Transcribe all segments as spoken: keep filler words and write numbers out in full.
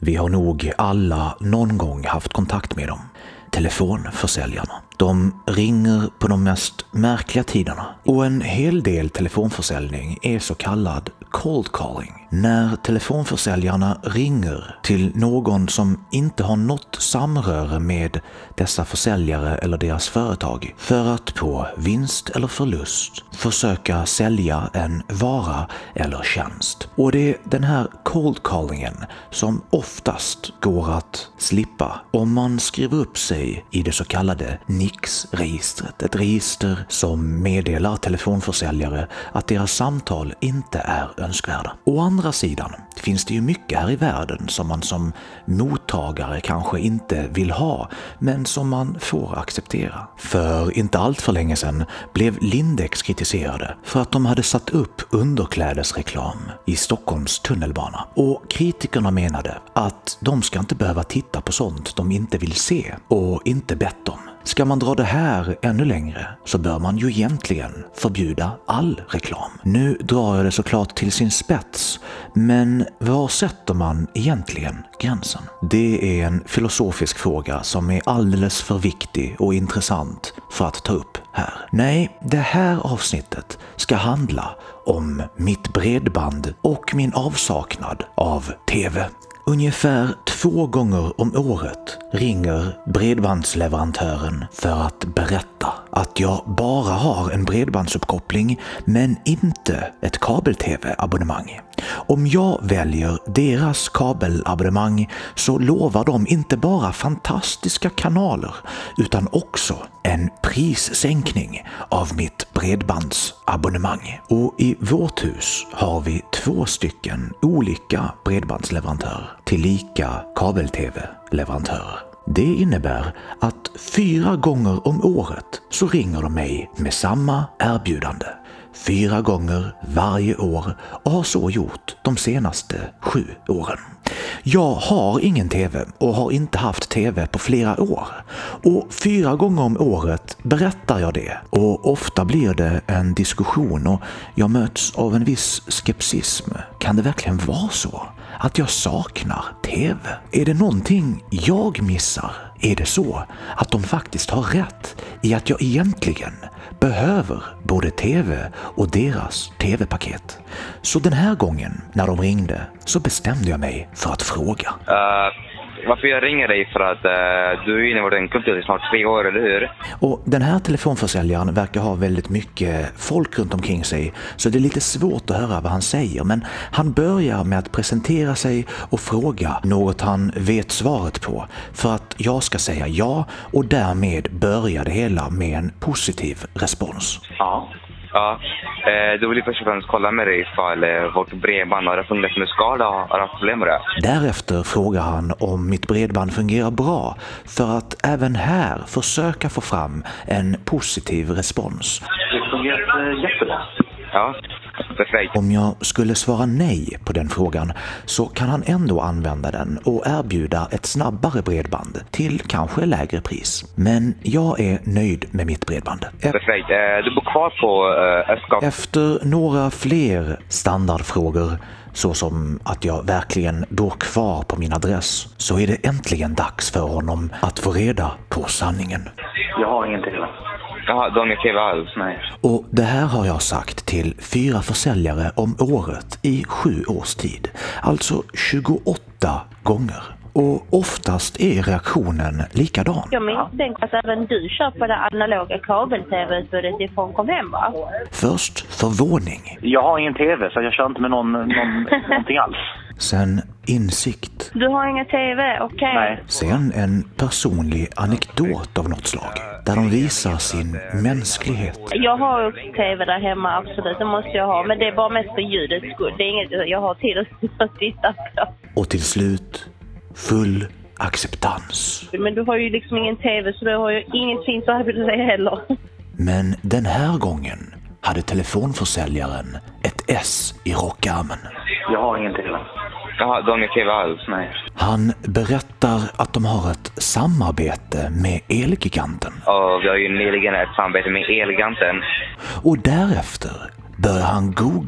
Vi har nog alla någon gång haft kontakt med dem. Telefonförsäljarna. De ringer på de mest märkliga tiderna. Och en hel del telefonförsäljning är så kallad cold calling. När telefonförsäljarna ringer till någon som inte har något samröre med dessa försäljare eller deras företag för att på vinst eller förlust försöka sälja en vara eller tjänst. Och det är den här cold callingen som oftast går att slippa om man skriver upp sig i det så kallade N I X-registret. Ett register som meddelar telefonförsäljare att deras samtal inte är önskvärda. Å andra sidan finns det ju mycket här i världen som man som mottagare kanske inte vill ha, men som man får acceptera. För inte allt för länge sedan blev Lindex kritiserade för att de hade satt upp underklädesreklam i Stockholms tunnelbana. Och kritikerna menade att de ska inte behöva titta på sånt de inte vill se och inte bett om. Ska man dra det här ännu längre så bör man ju egentligen förbjuda all reklam. Nu drar jag det såklart till sin spets, men var sätter man egentligen gränsen? Det är en filosofisk fråga som är alldeles för viktig och intressant för att ta upp här. Nej, det här avsnittet ska handla om mitt bredband och min avsaknad av tv. Ungefär två gånger om året ringer bredbandsleverantören för att berätta att jag bara har en bredbandsuppkoppling men inte ett kabel-tv-abonnemang. Om jag väljer deras kabelabonnemang så lovar de inte bara fantastiska kanaler utan också en prissänkning av mitt bredbandsabonnemang. Och i vårt hus har vi två stycken olika bredbandsleverantörer tillika kabel-tv-leverantörer. Det innebär att fyra gånger om året så ringer de mig med samma erbjudande. Fyra gånger varje år och har så gjort de senaste sju åren. Jag har ingen tv och har inte haft tv på flera år. Och fyra gånger om året berättar jag det. Och ofta blir det en diskussion och jag möts av en viss skepsism. Kan det verkligen vara så att jag saknar tv? Är det någonting jag missar? Är det så att de faktiskt har rätt i att jag egentligen behöver både tv och deras tv-paket? Så den här gången när de ringde så bestämde jag mig för att fråga. Uh, varför jag ringer dig för att uh, du är inne i vår kultur i snart tre år, eller hur? Och den här telefonförsäljaren verkar ha väldigt mycket folk runt omkring sig, så det är lite svårt att höra vad han säger. Men han börjar med att presentera sig och fråga något han vet svaret på för att jag ska säga ja, och därmed börjar det hela med en positiv respons. Ja. Ja, eh, då vill jag först och främst kolla med dig ifall eh, vårt bredband har fungerat som det ska, har har haft problem med det. Därefter frågar han om mitt bredband fungerar bra för att även här försöka få fram en positiv respons. Det fungerar eh, jättebra. Ja, perfekt. Om jag skulle svara nej på den frågan så kan han ändå använda den och erbjuda ett snabbare bredband till kanske lägre pris. Men jag är nöjd med mitt bredband. Perfekt. Du bor kvar på äh, Östgatan. Efter några fler standardfrågor, såsom att jag verkligen bor kvar på min adress, så är det äntligen dags för honom att få reda på sanningen. Jag har ingen tv. Jaha, du har ingen tv alls? Nej. Och det här har jag sagt till fyra försäljare om året i sju års tid. Alltså tjugoåtta gånger. Och oftast är reaktionen likadan. Jag misstänker att även du köper det analoga kabel-tv-utbudet ifrån Comhem, va? Först förvåning. Jag har ingen tv så jag kör inte med någon, någon, någonting alls. Sen insikt. Du har ingen tv, okej. Okay. Nej. Sen en personlig anekdot av något slag. Där de visar sin mänsklighet. Jag har också tv där hemma, absolut. Det måste jag ha. Men det är bara mest för ljudets skull. Det är inget jag har tid att titta på. Och till slut full acceptans. Men du har ju liksom ingen tv, så du har ju ingenting så här vill säga heller. Men den här gången hade telefonförsäljaren ett S i rockärmen. Jag har ingen tv. Jaha, du har ingen tv alls? Nej. Han berättar att de har ett samarbete med Elgiganten. Ja, vi har ju nyligen ett samarbete med Elgiganten. Och därefter börjar han googla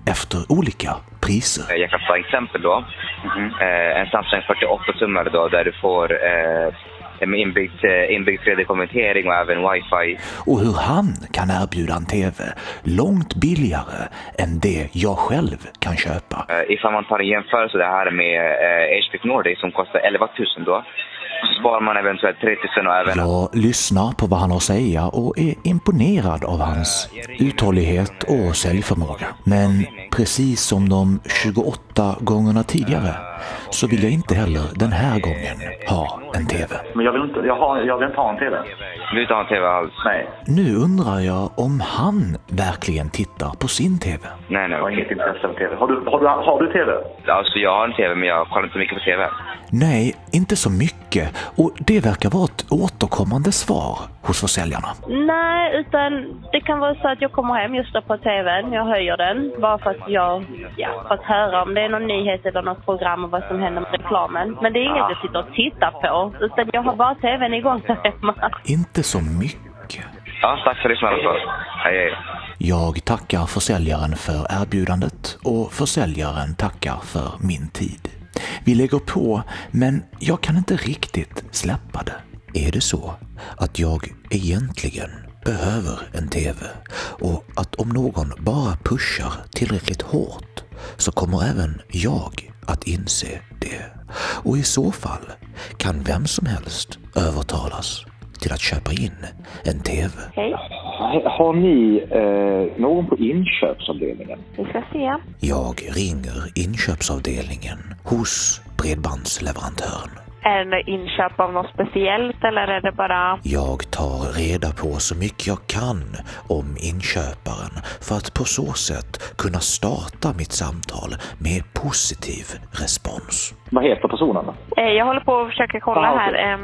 efter olika priser. Jag kan ta exempel då. Mm-hmm. En Samsung fyrtioåtta tummare då, där du får eh, med inbyggt, inbyggt tre D-konvertering och även wifi. Och hur han kan erbjuda en tv långt billigare än det jag själv kan köpa. Eh, ifall man tar en jämförelse det här med eh, H P Nordic som kostar elva tusen då, så sparar man eventuellt tre tusen och även... Jag lyssnar på vad han har att säga och är imponerad av hans uthållighet och säljförmåga. Men precis som de tjugoåtta gångerna tidigare så vill jag inte heller den här gången ha en tv. Men jag vill inte, jag har, jag vill inte ha en tv. Du vill inte ha en tv alls? Nej. Nu undrar jag om han verkligen tittar på sin tv. Nej, nej. Jag har inget intresse av tv. Har du, har du, har du tv? Alltså jag har en tv men jag kollar inte mycket på tv. Nej, inte så mycket. Och det verkar vara ett återkommande svar hos försäljarna. Nej, utan det kan vara så att jag kommer hem just på tvn. Jag höjer den bara för att jag ja, för att höra om det är någon nyhet eller något program och vad som händer med reklamen. Men det är inget jag sitter och tittar på. Utan jag har bara tvn igång där hemma. Inte så mycket. Ja, tack för det snälla. Hej, hej. Jag tackar försäljaren för erbjudandet och försäljaren tackar för min tid. Vi lägger på, men jag kan inte riktigt släppa det. Är det så att jag egentligen behöver en tv och att om någon bara pushar tillräckligt hårt så kommer även jag att inse det. Och i så fall kan vem som helst övertalas till att köpa in en tv. Hej. Har ni eh, någon på inköpsavdelningen? Vi ska se. Jag ringer inköpsavdelningen hos bredbandsleverantören. Är det inköp av något speciellt eller är det bara... Jag tar reda på så mycket jag kan om inköparen för att på så sätt kunna starta mitt samtal med positiv respons. Vad heter personen då? Jag håller på att försöka kolla ah, okay. här.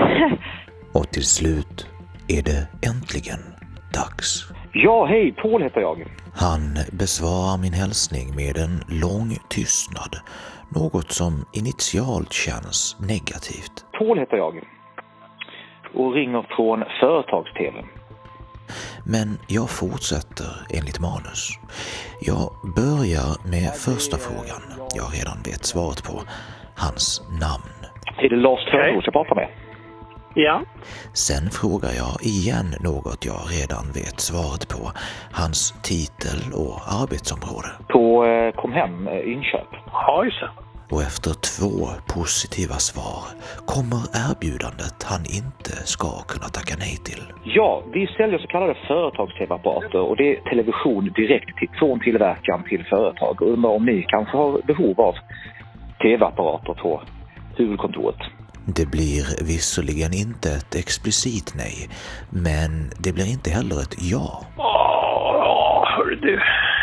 Och till slut är det äntligen dags. Ja, hej, Paul heter jag. Han besvarar min hälsning med en lång tystnad. Något som initialt känns negativt. Paul heter jag och ringer från företags-tv. Men jag fortsätter enligt manus. Jag börjar med första frågan jag redan vet svaret på. Hans namn. Är det Lars Törnros jag pratar med? Ja. Sen frågar jag igen något jag redan vet svaret på. Hans titel och arbetsområde. På eh, kom hem eh, inköp. Ja, just det. Och efter två positiva svar kommer erbjudandet han inte ska kunna tacka nej till. Ja, vi säljer så kallade företags-tv-apparater och det är television direkt till, från tillverkaren till företag. Och undrar om ni kanske har behov av tv-apparater på huvudkontoret. Det blir visserligen inte ett explicit nej, men det blir inte heller ett ja. Åh, hörru du.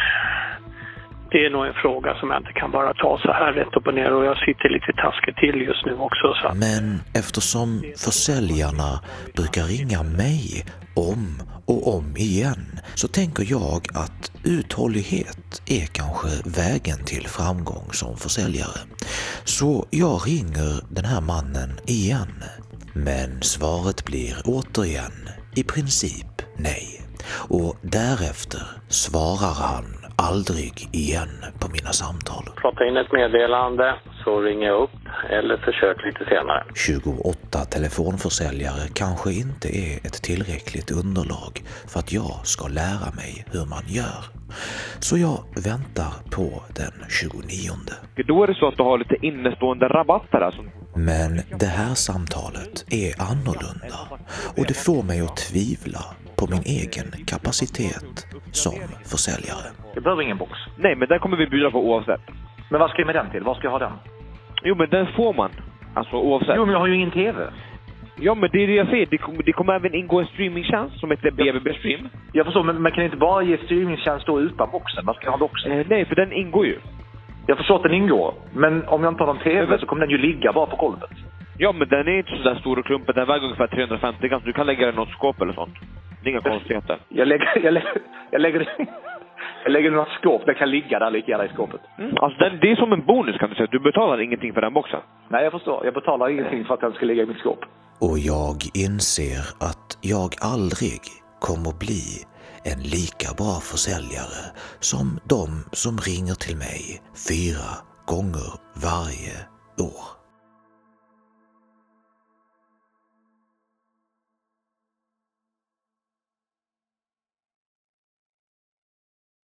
Det är nog en fråga som jag inte kan bara ta så här rätt upp och ner och jag sitter lite taskigt till just nu också. Så. Men eftersom försäljarna brukar ringa mig om och om igen så tänker jag att uthållighet är kanske vägen till framgång som försäljare. Så jag ringer den här mannen igen. Men svaret blir återigen i princip nej. Och därefter svarar han aldrig igen på mina samtal. Prata in ett meddelande så ringer jag upp eller försök lite senare. tjugoåtta telefonförsäljare kanske inte är ett tillräckligt underlag för att jag ska lära mig hur man gör. Så jag väntar på den tjugonionde. Då är det så att du har lite innestående rabatter alltså. Men det här samtalet är annorlunda och det får mig att tvivla på min egen kapacitet som försäljare. Jag behöver ingen box. Nej, men den kommer vi bjuda på oavsett. Men vad ska jag med den till? Vad ska jag ha den? Jo, men den får man. Alltså oavsett. Jo, men jag har ju ingen tv. Ja, men det är det jag säger. Det kommer, det kommer även ingå en streamingtjänst som heter B B B Stream. Jag förstår, men man kan inte bara ge streamingtjänst då utan boxen. Vad ska jag ha boxen? Eh, nej, för den ingår ju. Jag förstår att den ingår. Men om jag inte har någon tv men... så kommer den ju ligga bara på golvet. Ja, men den är inte så där stor och klumpet. Den väger ungefär trehundrafemtio gram. Du kan lägga den i något skåp eller sånt. Det är inga konstigheter. Jag lägger... Jag lägger... Jag lägger... Jag lägger något skåp, den kan ligga där lika gärna i skåpet. Mm. Alltså den, det är som en bonus kan du säga. Du betalar ingenting för den boxen. Nej, jag förstår. Jag betalar ingenting för att den ska ligga i mitt skåp. Och jag inser att jag aldrig kommer bli en lika bra försäljare som de som ringer till mig fyra gånger varje år.